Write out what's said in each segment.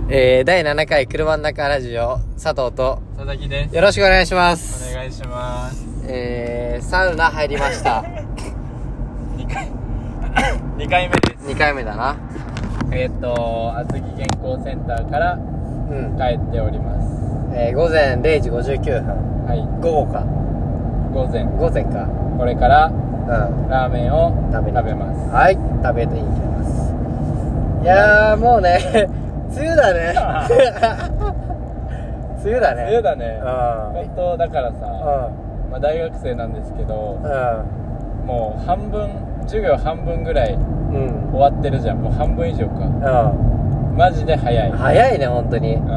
第7回車の中ラジオ佐藤と佐々木です。 よろしくお願いします。 お願いします。 サウナ入りました 2回目です。 2回目だな。 厚木健康センターから帰っております。 午前0時59分。 はい。 午後か。 午前か。これからラーメンを食べます。 はい、食べていきます。いやーもうね梅雨だね梅雨だね。 梅雨だね。本当だからさ、 うん、 まあ、大学生なんですけど、 うん、 もう授業半分ぐらいうん、 終わってるじゃん。もう半分以上か。 うん、 マジで早い。 早いね本当に。 うん。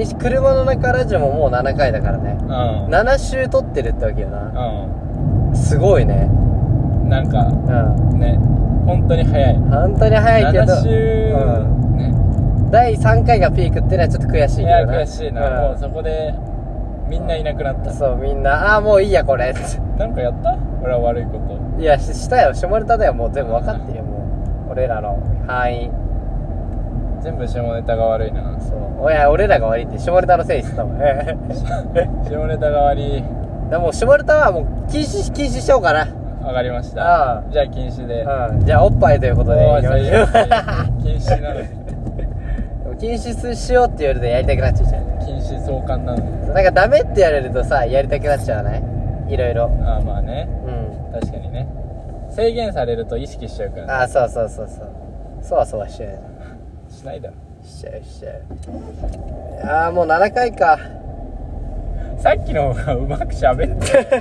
車の中ラジオももう7回だからね。 うん。 7週撮ってるってわけよな。 うん。 すごいね。 なんか、 うん。 ね、本当に早い。 本当に早いけど。 7週、 うん。 ね。 第3回がピークってのはちょっと悔しいけどな。 いや悔しいな、もうそこでみんないなくなった。 そう、みんなもういいやこれなんかやった？俺は悪いこと。 いやしたよ。下ネタだよ。もう全部分かってるよ。もう俺らの範囲全部下ネタが悪いな。 そう、俺らが悪いって下ネタのせいです多分下ネタが悪い。 でも下ネタはもう禁止しようかな。 わかりました。じゃあ禁止で。 じゃあおっぱいということでいきましょう。 禁止なのに禁止しようって言われるとやりたくなっちゃうじゃん。 禁止相関なのに。 なんかダメって言われるとさやりたくなっちゃわない？いろいろ。 まあね。うん。確かにね。制限されると意識しちゃうから、ね。 そうそわそわしちゃう。 しないだろ。 しちゃう。もう7回か。 さっきの方がうまく喋って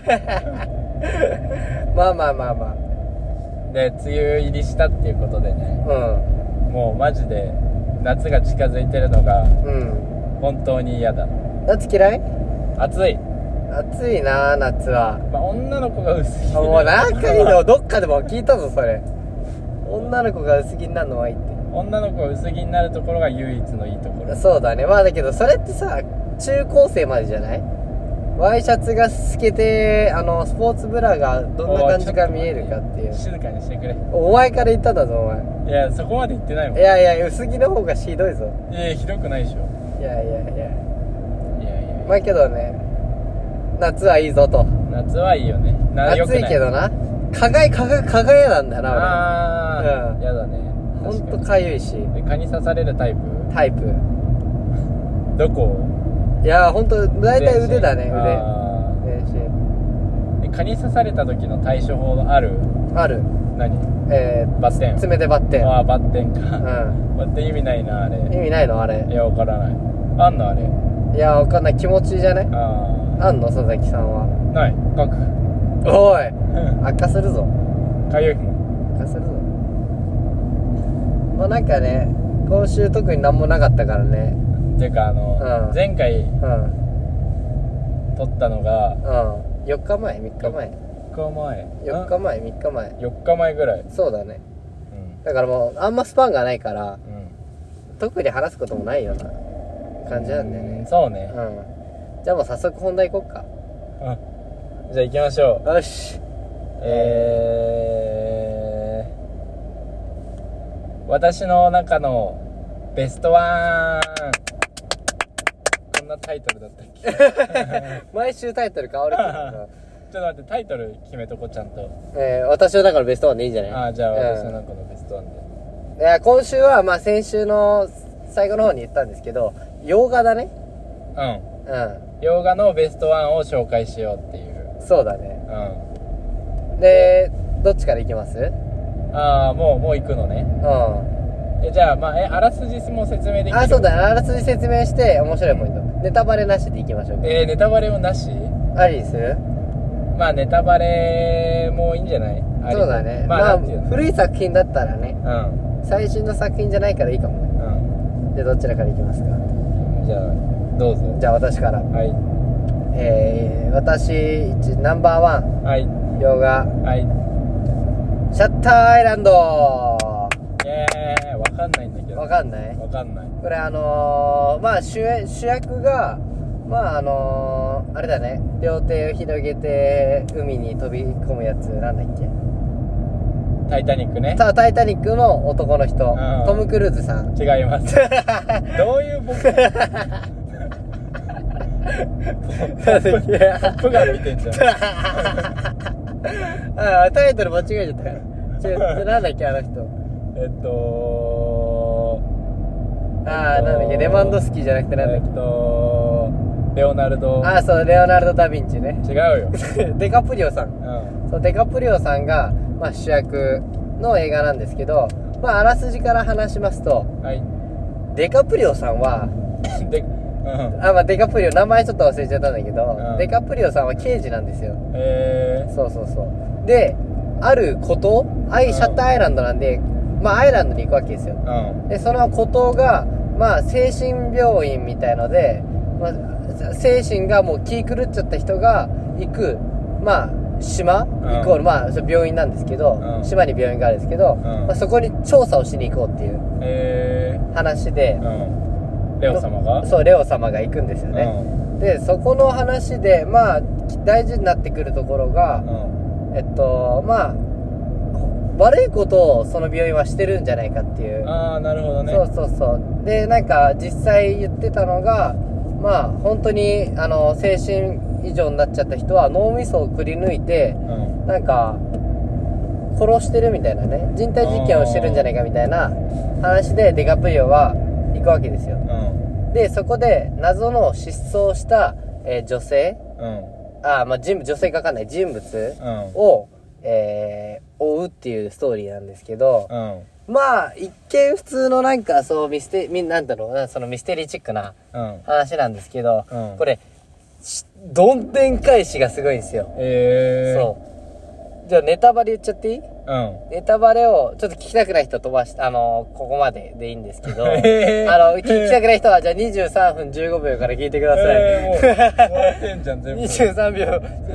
まあで梅雨入りしたっていうことでね、もうマジで夏が近づいてるのが本当に嫌だ。 夏嫌い？ 暑いな夏は。 まあ女の子が薄着。 もう何回のどっかでも聞いたぞそれ。女の子が薄着になるのはいいって。 女の子が薄着になるところが唯一のいいところ。 そうだね。まあだけどそれってさ中高生までじゃない？ワイシャツが透けてスポーツブラがどんな感じか見えるかっていう。 静かにしてくれ。 お前から言ったんだぞお前。 いやそこまで言ってないもん。 いや薄着の方がひどいぞ。 いやひどくないでしょ。 いやまあけどね夏はいいぞと。 夏はいいよね。 暑いけどな蚊が嫌なんだな俺。 やだね。 ほんとかゆいし。 蚊に刺されるタイプどこ？ いやほんと大体腕だね。腕。 蚊に刺された時の対処法ある？何？バッテン。 爪でバッテン。 バッテンか。バッテン意味ないなあれ。 意味ないのあれ？ いやわからない。あんのあれ？ いやわかんない。気持ちじゃない？あんの佐々木さんは？ ない。書く。 おい悪化するぞ。 かゆいもん。 悪化するぞ。まあなんかね今週特になんもなかったからね。 ていうか前回撮ったのが 4日前3日前 4日前ぐらい。 そうだね。だからもうあんまスパンがないから特に話すこともないような感じなんだよね。 そうね。 じゃあもう早速本題行こっか。 じゃあ行きましょう。 よし。 私の中のベストワン。こんなタイトルだったっけ毎週タイトル変わるけどちょっと待って、タイトル決めとこちゃんと。 私の中のベストワンでいいんじゃない？ じゃあ私の中のベストワンで。 いや今週はまあ先週の最後の方に言ったんですけど洋画だね。 洋画のベストワンを紹介しようっていう。 そうだね。でどっちからいきます？ もう行くのね。じゃああらすじも説明できる？ そうだね。あらすじ説明して面白いポイント、ネタバレなしでいきましょうか。 ネタバレをなし？ ありにする？ まあネタバレもいいんじゃない？ そうだね。まあ古い作品だったらね、最新の作品じゃないからいいかもね。でどちらからいきますか？ じゃあどうぞ。 じゃあ私から。私ナンバーワン、洋画、シャッターアイランド。 わかんないんだけど。 わかんない？ わかんない。 これまあ主役がまああれだね。両手を広げて海に飛び込むやつなんだっけ？ タイタニックね。 タイタニックの男の人、トム・クルーズさん。 違います。どういうボケ？ポップガン見てんじゃん。 タイトル間違えちゃったから。なんだっけあの人。なんだっけ、レマンドスキーじゃなくてなんだっけ。 レオナルド。 そう、レオナルド・ダ・ヴィンチね。 違うよ。 デカプリオさん。そう、デカプリオさんが、主役の映画なんですけど、あらすじから話しますと、 はい、 デカプリオさんは、デカプリオ、名前ちょっと忘れちゃったんだけど、デカプリオさんは刑事なんですよ。そうそうそう。で、ある孤島、シャッターアイランドなんで、アイランドに行くわけですよ。で、その孤島が、精神病院みたいので、精神がもう気狂っちゃった人が行く、島、イコール、病院なんですけど、島に病院があるんですけど、そこに調査をしに行こうっていう話で、 レオ様が？ そう、レオ様が行くんですよね。で、そこの話で、大事になってくるところが、悪いことをその病院はしてるんじゃないかっていう。 なるほどね。 そうそうそう。で、実際言ってたのが、本当に、精神異常になっちゃった人は脳みそをくり抜いて、殺してるみたいなね、人体実験をしてるんじゃないかみたいな話でデカプリオは行くわけですよ。で、そこで謎の失踪した、女性、女性かわかんない人物を、追うっていうストーリーなんですけど、一見普通のなんかそうなんだろうな、そのミステリーチックな話なんですけど、これどんでん返しがすごいんですよ。そう。じゃあネタバレ言っちゃっていい？ネタバレをちょっと聞きたくない人飛ばしてここまででいいんですけど、聞きたくない人はじゃあ23分15秒から聞いてください。 もう終わってんじゃん全部。 23分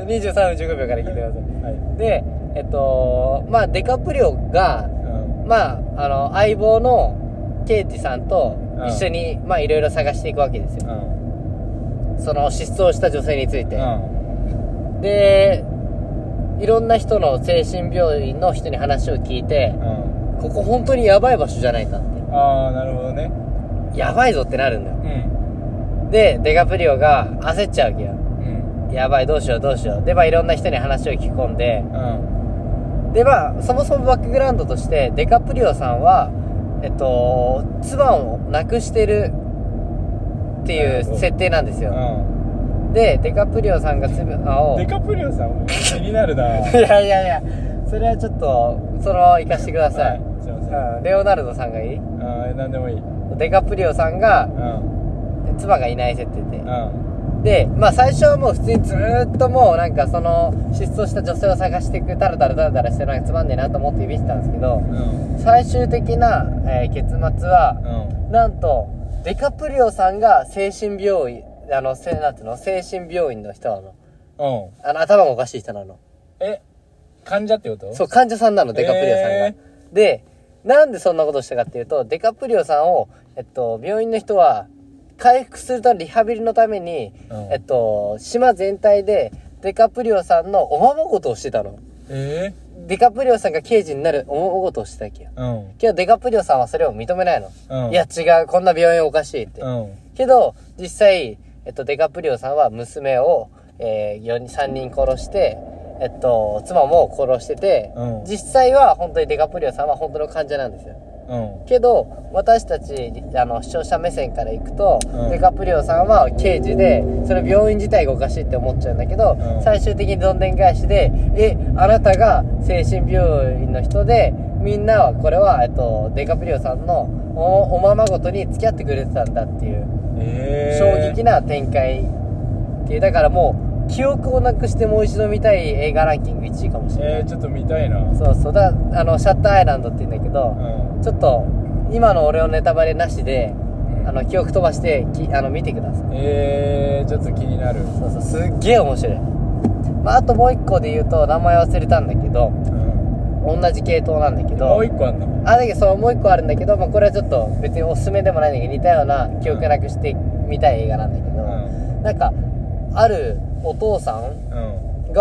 15秒から聞いてください。で、デカプリオが、相棒のケイティさんと一緒に、いろいろ探していくわけですよ。その失踪した女性について。で、いろんな人の精神病院の人に話を聞いて、ここ本当にやばい場所じゃないかって。 なるほどね。 やばいぞってなるんだよ。で、デカプリオが焦っちゃうわけよ。やばい、どうしよう。で、いろんな人に話を聞き込んで、で、そもそもバックグラウンドとして、デカプリオさんは、妻を亡くしてるっていう設定なんですよ。で、デカプリオさんが妻を。 デカプリオさん気になるな。 いや、それはちょっと、行かしてください。 すいません。 レオナルドさんがいい？ なんでもいい。 デカプリオさんが、妻がいない設定で。で、最初はもう普通にずーっともうなんかその失踪した女性を探していくダラダラしてなんかつまんねえなと思って見てたんですけど、最終的な、結末は、なんとデカプリオさんが精神病院精神病院の人なの。頭がおかしい人なの。 患者ってこと？ そう、患者さんなの、デカプリオさんが。で、なんでそんなことをしたかっていうと、デカプリオさんを、病院の人は回復するため、リハビリのために、島全体でデカプリオさんのおままごとをしてたの。デカプリオさんが刑事になるおままごとをしてたわけよ。けどデカプリオさんはそれを認めないの。いや違う、こんな病院おかしいって。けど、実際、デカプリオさんは娘を、3人殺して、妻も殺してて、実際は本当にデカプリオさんは本当の患者なんですよ。けど私たち視聴者目線からいくと、デカプリオさんは刑事でそれ病院自体がおかしいって思っちゃうんだけど、最終的にどんでん返しであなたが精神病院の人でみんなはこれは、デカプリオさんのおままごとに付き合ってくれてたんだっていう、衝撃な展開っていう。だからもう記憶をなくしてもう一度見たい映画ランキング1位かもしれない。 ちょっと見たいな。 そうシャッターアイランドって言うんだけど、ちょっと今の俺のネタバレなしで、記憶飛ばして見てください。 ちょっと気になる。 そうすっげえ面白い。あともう一個で言うと名前忘れたんだけど、同じ系統なんだけど、 もう一個あんの？ だけどもう一個あるんだけど、これはちょっと別におすすめでもないんだけど、似たような記憶なくして見たい映画なんだけど、なんかあるお父さんが、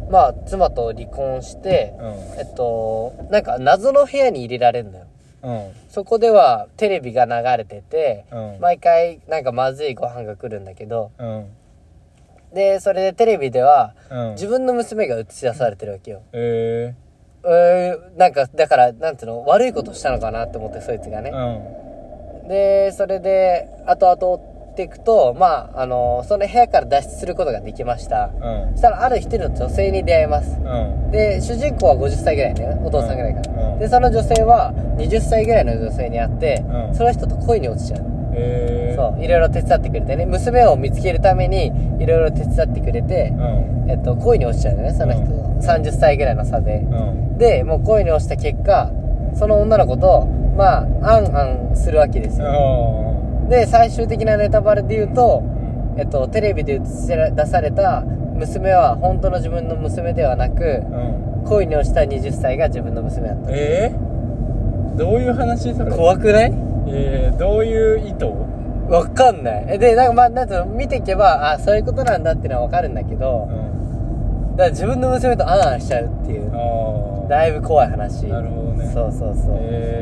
まあ妻と離婚して、なんか謎の部屋に入れられるのよ。そこではテレビが流れてて、毎回なんかまずいご飯が来るんだけど、でそれでテレビでは、自分の娘が映し出されてるわけよ。なんかだからなんていうの、悪いことしたのかなって思って、そいつがね、でそれで後々追っていくと、まあその部屋から脱出することができました。そしたらある一人の女性に出会います。で主人公は50歳ぐらいね、お父さんぐらいから、でその女性は20歳ぐらいの女性に会って、その人と恋に落ちちゃう。そういろいろ手伝ってくれてね、娘を見つけるためにいろいろ手伝ってくれて、恋に落ちちゃうのね、その人、30歳ぐらいの差で、でもう恋に落ちた結果、その女の子とまあアンするわけですよ。で最終的なネタバレで言うと、テレビで映し出された娘は本当の自分の娘ではなく、恋に落ちた20歳が自分の娘だった。 どういう話それ？ 怖くない？ どういう意図？ わかんない。でなんかまあなんていうの、見ていけばあそういうことなんだっていうのはわかるんだけど、だから自分の娘とアンしちゃうっていう、だいぶ怖い話。 なるほどね。 そうそうそう。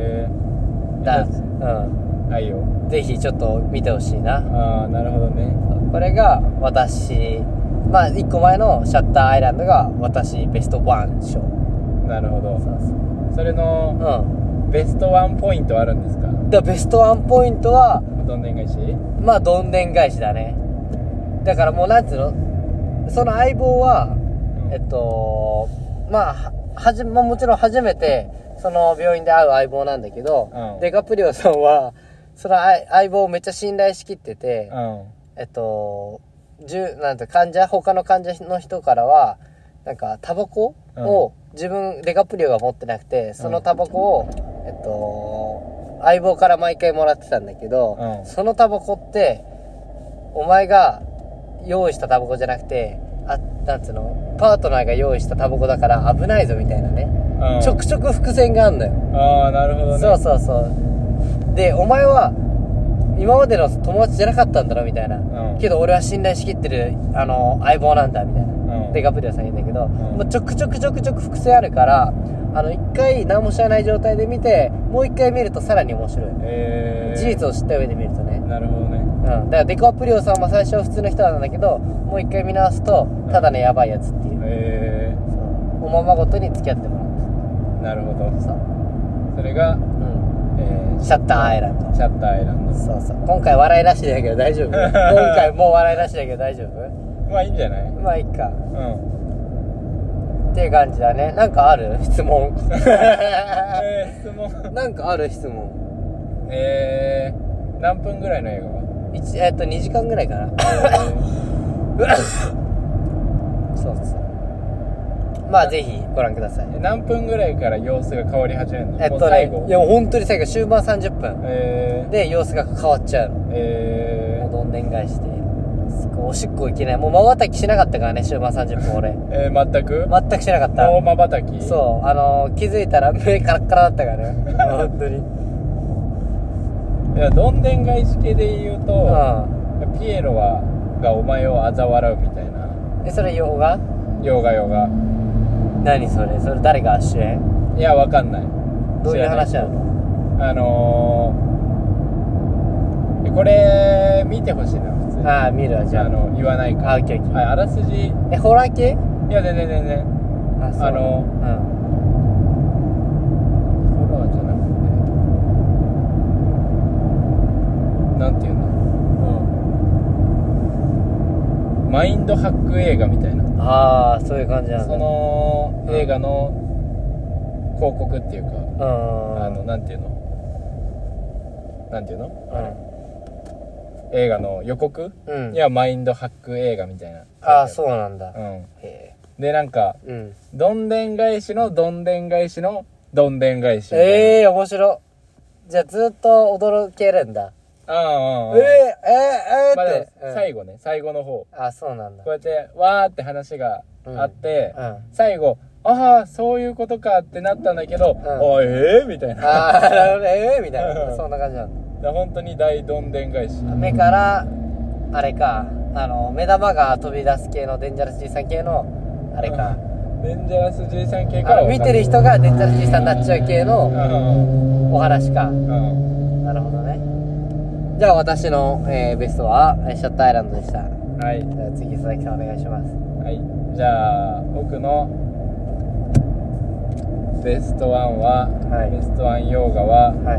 はいよ。 ぜひちょっと見てほしいな。 なるほどね。 これが私、まあ1個前のシャッターアイランドが私ベストワン賞。 なるほど。それの、ベストワンポイントあるんですか？ ベストワンポイントはどんでん返し？ まあどんでん返しだね。だからもうなんつうの、その相棒は、まあもちろん初めてその病院で会う相棒なんだけど、デカプリオさんはその相棒をめっちゃ信頼しきってて、なんて他の患者の人からはなんかタバコをデカプリオが持ってなくて、そのタバコを相棒から毎回もらってたんだけど、そのタバコってお前が用意したタバコじゃなくて、なんつうの、パートナーが用意したタバコだから危ないぞみたいなね、ちょくちょく伏線があんのよ。 なるほどね。 そうそうそう。でお前は今までの友達じゃなかったんだろみたいな、けど俺は信頼しきってる相棒なんだみたいな、デカプリオさん言うんだけど、もうちょくちょく伏線あるから、一回何も知らない状態で見て、もう一回見るとさらに面白い。事実を知った上で見るとね。 なるほどね。 だからデカプリオさんは最初は普通の人なんだけど、もう一回見直すとただのヤバいやつっていう、おままごとに付き合ってもらう。 なるほど。それが、 シャッターアイランド。 シャッターアイランド。 そうそう。今回笑いなしだけど大丈夫？今回もう笑いなしだけど大丈夫？ まあいいんじゃない？ まあいいか。っていう感じだね。なんかある？質問。 質問。 なんかある？質問。 何分ぐらいの映画は ？2時間ぐらいかな。そうそう。まあぜひご覧ください。 何分ぐらいから様子が変わり始めるの？もう最後？いやもう本当に最後、終盤30分、で様子が変わっちゃうの。もうどんでん返して、おしっこいけない。もう瞬きしなかったからね、終盤30分俺。 全くしなかった。 もう瞬き？ そう、気づいたら目カラッカラだったからね。本当に。 いや、どんでん返し系で言うと、ピエロがお前を嘲笑うみたいな。 それ洋画？ 洋画。 何それ誰が主演？ いや、わかんない。 どういう話なの？ これ見てほしいな、普通に。 見るわ、じゃあ。 言わないから。 オッケーオッケー。 あらすじ。 ホラー系？ いや、全然。ホラーじゃなくて、なんていうんだ、マインドハック映画みたいな。 そういう感じなんだ。 その映画の広告っていうか、なんていうの、映画の予告、いや、マインドハック映画みたいな。 そうなんだ。 でなんか、どんでん返しのどんでん返しのどんでん返し。 面白。じゃあずっと驚けるんだ。 最後ね、最後の方。 そうなんだ。 こうやってわーって話があって、最後そういうことかってなったんだけど、みたいな。 みたいな。そんな感じなんだ。 本当に大どんでん返し。 目からあれか、目玉が飛び出す系のデンジャラス G さん系のあれか。 デンジャラスじいさん系か見てる人がデンジャラスじいさんになっちゃう系のお話か。なるほどね。じゃあ私の、ベストはシャッターアイランドでした。 はい。 じゃあ次佐々木さんお願いします。 はい。じゃあ僕のベストワンは、はい、ベストワン洋画は、はい、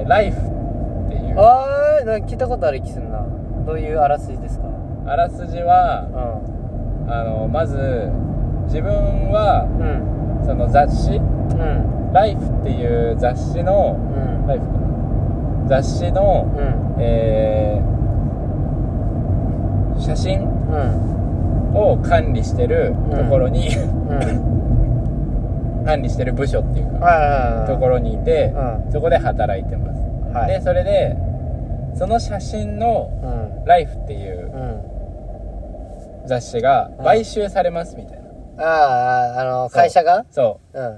ライフっていう。 なんか聞いたことある気するな。どういうあらすじですか？ あらすじは、まず自分は、その雑誌、ライフっていう雑誌の、ライフかな、雑誌の、写真、を管理してるところに、管理してる部署っていうか、ところにいて、そこで働いてます、はい、でそれでその写真の、ライフっていう、雑誌が買収されますみたいな、 会社がそう、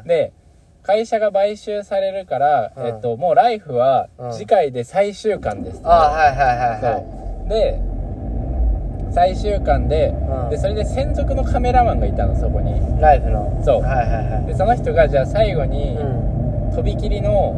で会社が買収されるから、もうライフは次回で最終巻です、で最終巻で、でそれで専属のカメラマンがいたの、そこにライフの。 そう、でその人がじゃあ最後に、とびきりの、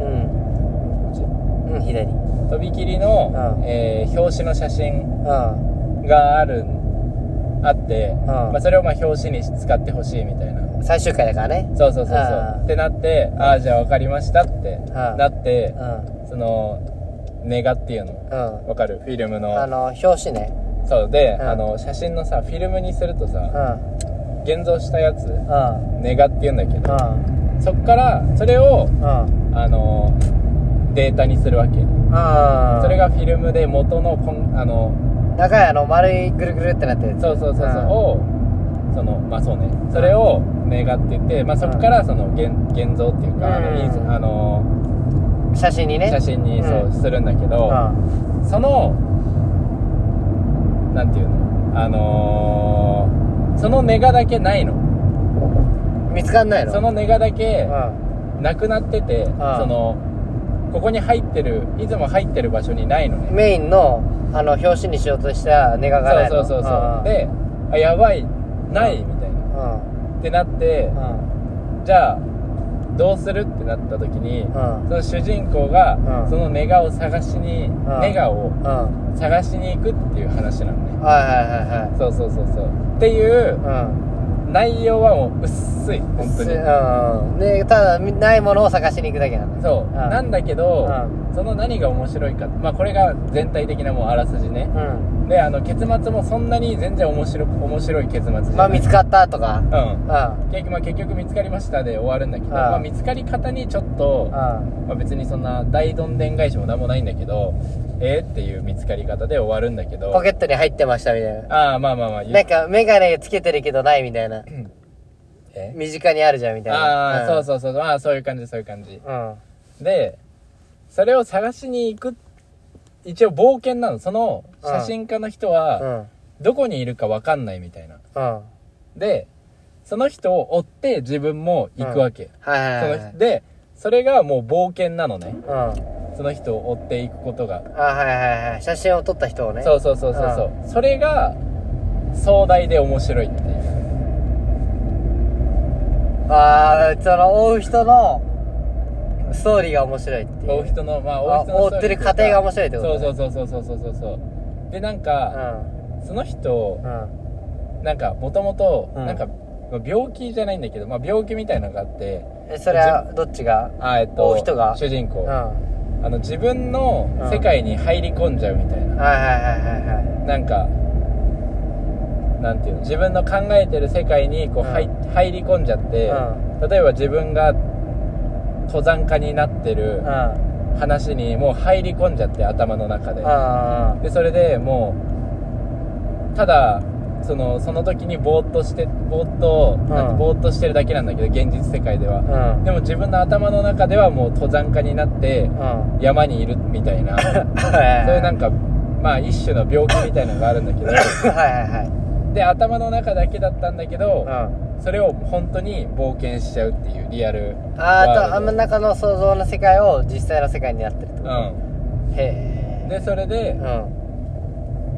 左とびきりの、表紙の写真があって、それを表紙に使ってほしいみたいな、 最終回だからね。 そうってなって、じゃあ分かりましたってなって、そのネガっていうの、分かる？フィルムの表紙ね。 そうで、写真のさフィルムにするとさ、現像したやつ、ネガって言うんだけど、そっからそれを、データにするわけ。それがフィルムで元の長い丸いぐるぐるってなってる。 そうをそのそうね、それをネガって言って、そこからその現像っていうか、 写真にそうするんだけど、そのなんていうの、そのネガだけないの、 見つかんないの。 そのネガだけなくなってて、そのここに入ってる、いつも入ってる場所にないのね。 メインの表紙にしようとしたネガがないの。 そうで、やばい、ないみたいな、ってなって、じゃあどうするってなった時に、その主人公が、そのネガを探しに、ネガを探しに行くっていう話なのね。そうっていう、内容はもう薄い、本当に。 でただないものを探しに行くだけなんだ。 そう、なんだけど、その何が面白いか、これが全体的なもうあらすじね。で結末もそんなに全然面白い結末じゃない。 見つかったとか、 結局見つかりましたで終わるんだけど、見つかり方にちょっと、別にそんな大どんでん返しもなんもないんだけど、っていう見つかり方で終わるんだけど、 ポケットに入ってましたみたいな。なんかメガネつけてるけどないみたいな、身近にあるじゃんみたいな。 そうそういう感じ、でそれを探しに行く、一応冒険なの。その写真家の人は、どこにいるか分かんないみたいな、でその人を追って自分も行くわけ、でそれがもう冒険なのね、その人を追っていくことが。 写真を撮った人をね。 そうそれが壮大で面白いっていう。 その追う人のストーリーが面白いっていう。 追う人の追ってる過程が面白いってことね。 そうでなんか、その人、なんかもともとなんか病気じゃないんだけど、病気みたいなのがあって。 それはどっちが？追う人が？ 主人公、自分の世界に入り込んじゃうみたいな、なんかなんていうの、自分の考えてる世界にこう、入り込んじゃって、例えば自分が登山家になってる話にもう入り込んじゃって、頭の中で、でそれでもうただその時にぼーっとしてるだけなんだけど、現実世界では、でも自分の頭の中ではもう登山家になって、山にいるみたいな、そういうなんか一種の病気みたいなのがあるんだけどで頭の中だけだったんだけど、それを本当に冒険しちゃうっていうリアル頭の中の想像の世界を実際の世界になってるってこと。 でそれで、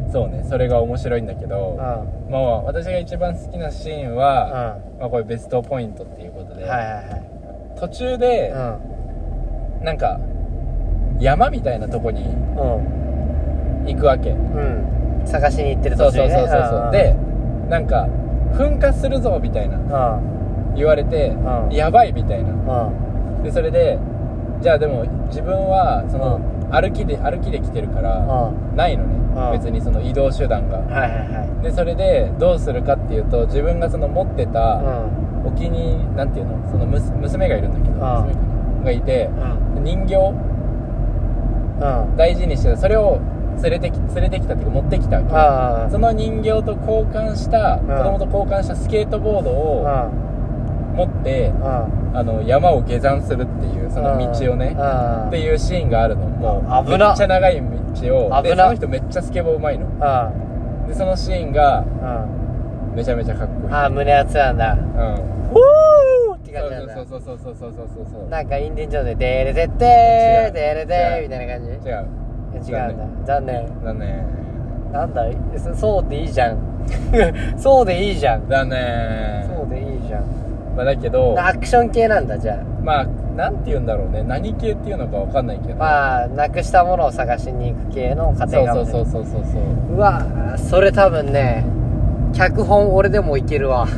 そうね、それが面白いんだけど、まあ私が一番好きなシーンは、まあこれベストポイントっていうことで、途中で、なんか山みたいなとこに行くわけ、 探しに行ってる途中ね。 そうで、なんか噴火するぞみたいな言われて、やばいみたいな、でそれでじゃあでも自分はその、歩きで来てるからないのね、別にその移動手段が、でそれでどうするかっていうと、自分がその持ってたお気になんていうの、その娘がいるんだけど、娘かながいて、人形大事にしてた、それを連れてきたっていうか持ってきたわけ、その人形と交換した、子供と交換したスケートボードを持って、山を下山するっていうその道をね、っていうシーンがあるの。もうめっちゃ長い道を、でその人めっちゃスケボーうまいの、でそのシーンがめちゃめちゃかっこいい。 胸熱なんだ。 ほーって感じなんだ。 そうなんかインディ・ジョーンズでデレデッテーデレデーみたいな感じ。違うんだ。残念。なんだい、そうでいいじゃん。そうでいいじゃん。 だね。 そうでいいじゃん。 まあだけどアクション系なんだ。じゃあまあなんて言うんだろうね、何系っていうのかわかんないけど、まあなくしたものを探しに行く系の家庭が。 そううわ、それ多分ね、脚本俺でもいけるわ。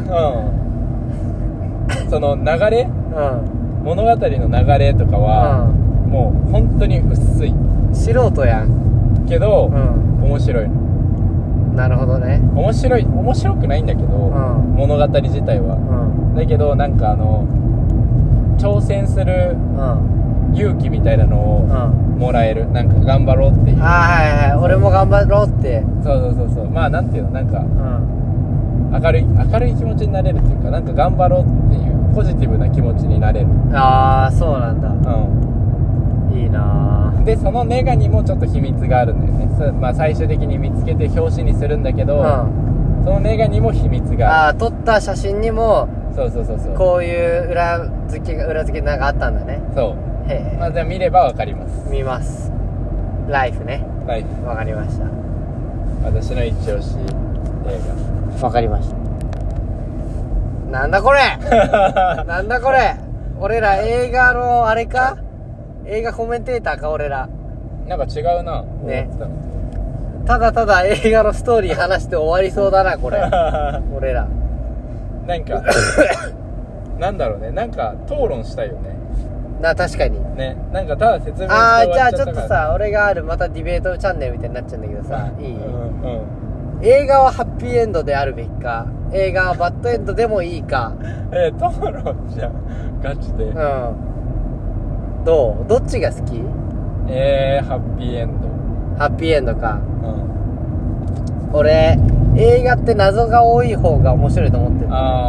その流れ、物語の流れとかは、もう本当に薄い素人やんけど、面白いの。 なるほどね。 面白くないんだけど、物語自体は、だけどなんか挑戦する勇気みたいなのをもらえる、なんか頑張ろうっていう。 俺も頑張ろうって。 そうまあなんていうの、なんか、明るい気持ちになれるっていうか、なんか頑張ろうっていうポジティブな気持ちになれる。 そうなんだ。いいな。 でそのネガにもちょっと秘密があるんだよね。まあ最終的に見つけて表紙にするんだけど、そのネガにも秘密がある。 撮った写真にもそうこういう裏付けなんかあったんだね。 そう。まあじゃあ見ればわかります。 見ます。ライフね。 ライフ。 わかりました。 私の一押し映画。わかりました。なんだこれ。なんだこれ。俺ら映画のあれか。映画コメンテーターか俺ら。 なんか違うな。 ね。ただただ映画のストーリー話して終わりそうだなこれ。俺ら。 なんかなんだろうね、なんか討論したいよね。 確かにね、なんかただ説明して終わっちゃったから。 じゃあちょっとさ、俺があるまたディベートチャンネルみたいになっちゃうんだけどさ、いい？映画はハッピーエンドであるべきか、映画はバッドエンドでもいいか。 討論じゃん、ガチで。 どっちが好き？ ハッピーエンド。 ハッピーエンドか。俺映画って謎が多い方が面白いと思ってる。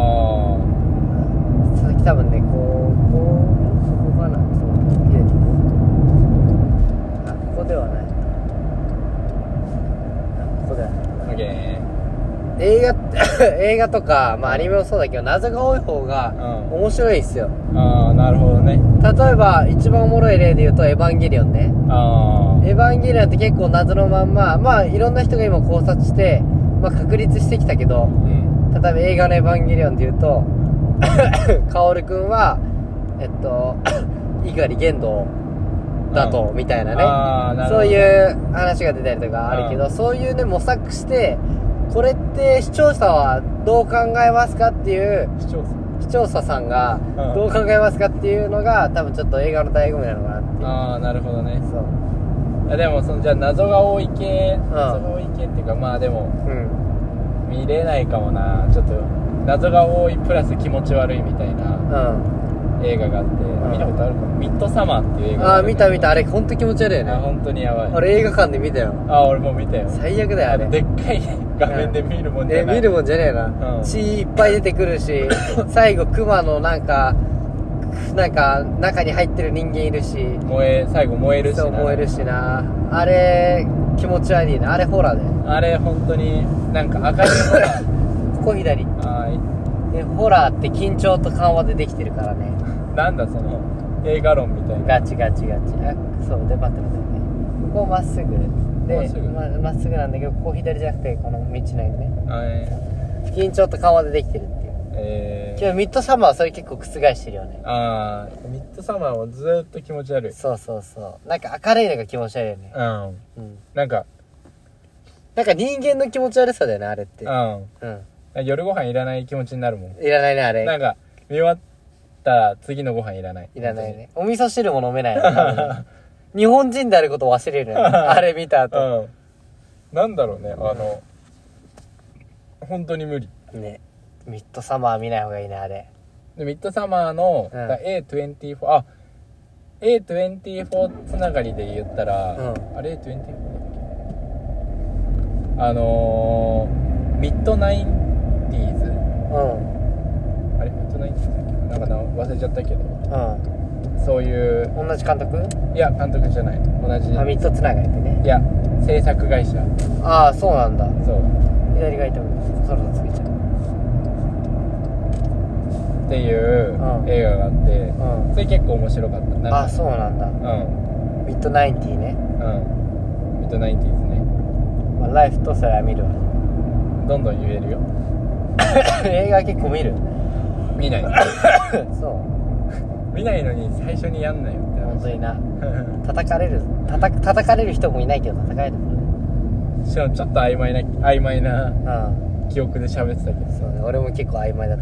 さっき多分ね、ここかな。ここではない。ここではない。 オッケー。 映画とか、まあアニメもそうだけど、謎が多い方が面白いっすよ。 なるほどね。 例えば一番おもろい例で言うとエヴァンゲリオンね。エヴァンゲリオンって結構謎のまんま、まあいろんな人が今考察して、まあ確立してきたけど、例えば映画のエヴァンゲリオンで言うと薫くんは猪狩玄道だと、みたいなね、そういう話が出たりとかあるけど、そういうね模索して、これって視聴者はどう考えますかっていう、視聴者さんがどう考えますかっていうのが多分ちょっと映画の醍醐味なのかなっていう。 なるほどね。 そう。 でもじゃあ謎が多い系っていうか、まあでも、見れないかもな。ちょっと謎が多いプラス気持ち悪いみたいな映画があって、見たことあるかな。ミッドサマーっていう映画がある。 見た。あれ本当気持ち悪いよね。 本当にやばい。 俺映画館で見たよ。 俺も見たよ。 最悪だよあれ。 でっかい画面で見るもんじゃない。 見るもんじゃねえな。血いっぱい出てくるし、最後クマのなんか中に入ってる人間いるし、 最後燃えるしな。 そう燃えるしな。あれ気持ち悪いな。あれホラーだよ。 あれ本当になんか赤いホラー。 ここ左。ホラーって緊張と緩和でできてるからね。 なんだその映画論みたいな。 ガチ。そうで待ってね。ここまっすぐ。 でまっすぐなんだけど、ここ左じゃなくてこの道のようにね、緊張と緩和でできてるっていう。けどミッドサマーはそれ結構覆してるよね。 ミッドサマーもずーっと気持ち悪い。 そうそうそう、なんか明るいのが気持ち悪いよね。なんか人間の気持ち悪さだよね、あれって。夜ご飯いらない気持ちになるもん。いらないね、あれ。なんか見終わったら次のご飯いらない。いらないね。お味噌汁も飲めないの。日本人であることを忘れるよね。あれ見た後。なんだろうね、本当に無理。ね。ミッドサマー見ない方がいいね、あれ。でミッドサマーの、A24、A24 つながりで言ったら、あれ A24 だっけ？ミッドナインティーズ。あれミッドナインティーズだっけ？なんか忘れちゃったけど。そういう同じ監督？いや監督じゃない、同じ。ミッドつながりってね。いや制作会社。そうなんだ。そう左がいてもそろそろつけちゃうっていう映画があって、それ結構面白かった。そうなんだ。ミッドナインティーね。ミッドナインティーズね。ライフとそれは見るわ。どんどん言えるよ。映画結構見る？見ない。そう見ないのに最初にやんなよって。本当にな。叩かれる人もいないけど叩かれる。しかもちょっと曖昧な記憶で喋ってたけど。そうね、俺も結構曖昧だった。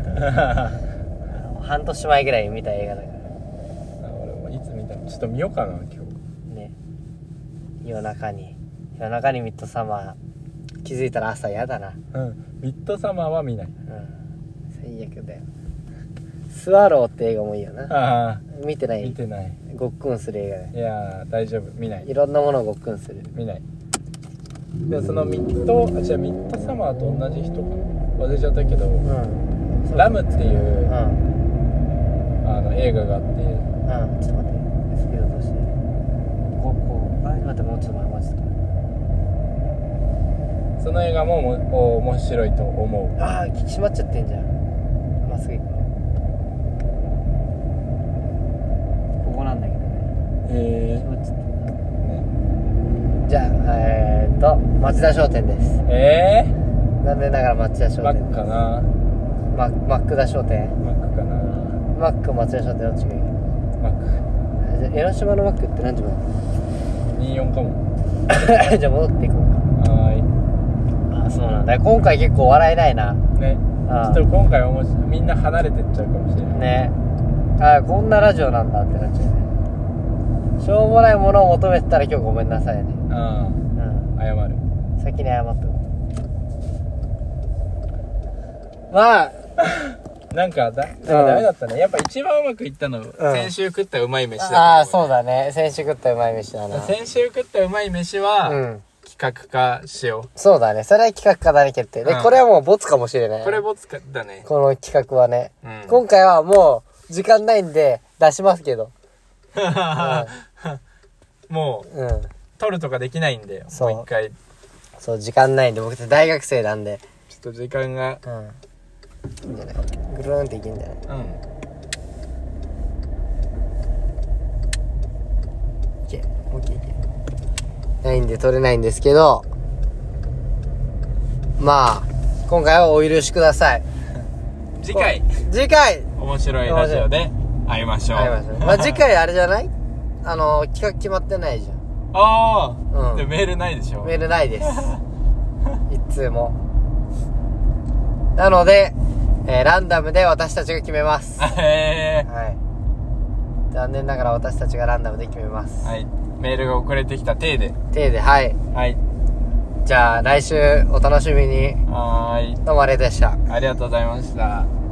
半年前ぐらいに見た映画だから。俺もいつ見たのちょっと見ようかな今日ね。夜中にミッドサマー、気づいたら朝やだな。ミッドサマーは見ない。最悪だよ。スワローって映画もいいよな。見てない？見てない。ごっくんする映画で。いや大丈夫、見ない。いろんなものをごっくんする。見ない。でそのミッドサマーと同じ人か忘れちゃったけど、ラムっていう、映画があって、ちょっと待って、スピードとして待って、もうちょっと待って、その映画も面白いと思う。閉まっちゃってんじゃん。まっすぐ行く。ここなんだけどね。閉まっちゃってんだね。じゃあ町田商店です。残念ながら町田商店。マックかな。マック田商店。マックかな。マック町田商店どっちがいい？マック。じゃあ江ノ島のマックって何時まで？24かも。じゃあ戻っていこうか。そうなんだ。今回結構笑えないな。ね。ちょっと今回はみんな離れてっちゃうかもしれない。ね。こんなラジオなんだってなっちゃうね。しょうもないものを求めてたら今日ごめんなさいね。謝る。先に謝っとく。なんかダメだったね。やっぱ一番うまくいったの、先週食ったうまい飯だ。そうだね。先週食ったうまい飯だな。先週食ったうまい飯は、企画化しよう。そうだね。それは企画化だね、決定。で、これはもうボツかもしれない。これボツかだね。この企画はね。今回はもう時間ないんで出しますけど。もう、撮るとかできないんで、もう一回。そう、時間ないんで、僕って大学生なんで。ちょっと時間が。いいんじゃない？ぐるーんっていけんじゃない？いけ。もういけ。ないんで撮れないんですけど、今回はお許しください。次回面白いラジオで会いましょう。次回あれじゃない？企画決まってないじゃん。でメールないでしょ？メールないです。一通も。なので、ランダムで私たちが決めます。はい。残念ながら私たちがランダムで決めます。はい。メールが送れてきた体で、はい。はい。じゃあ来週お楽しみに。どうもありがとうございました。ありがとうございました。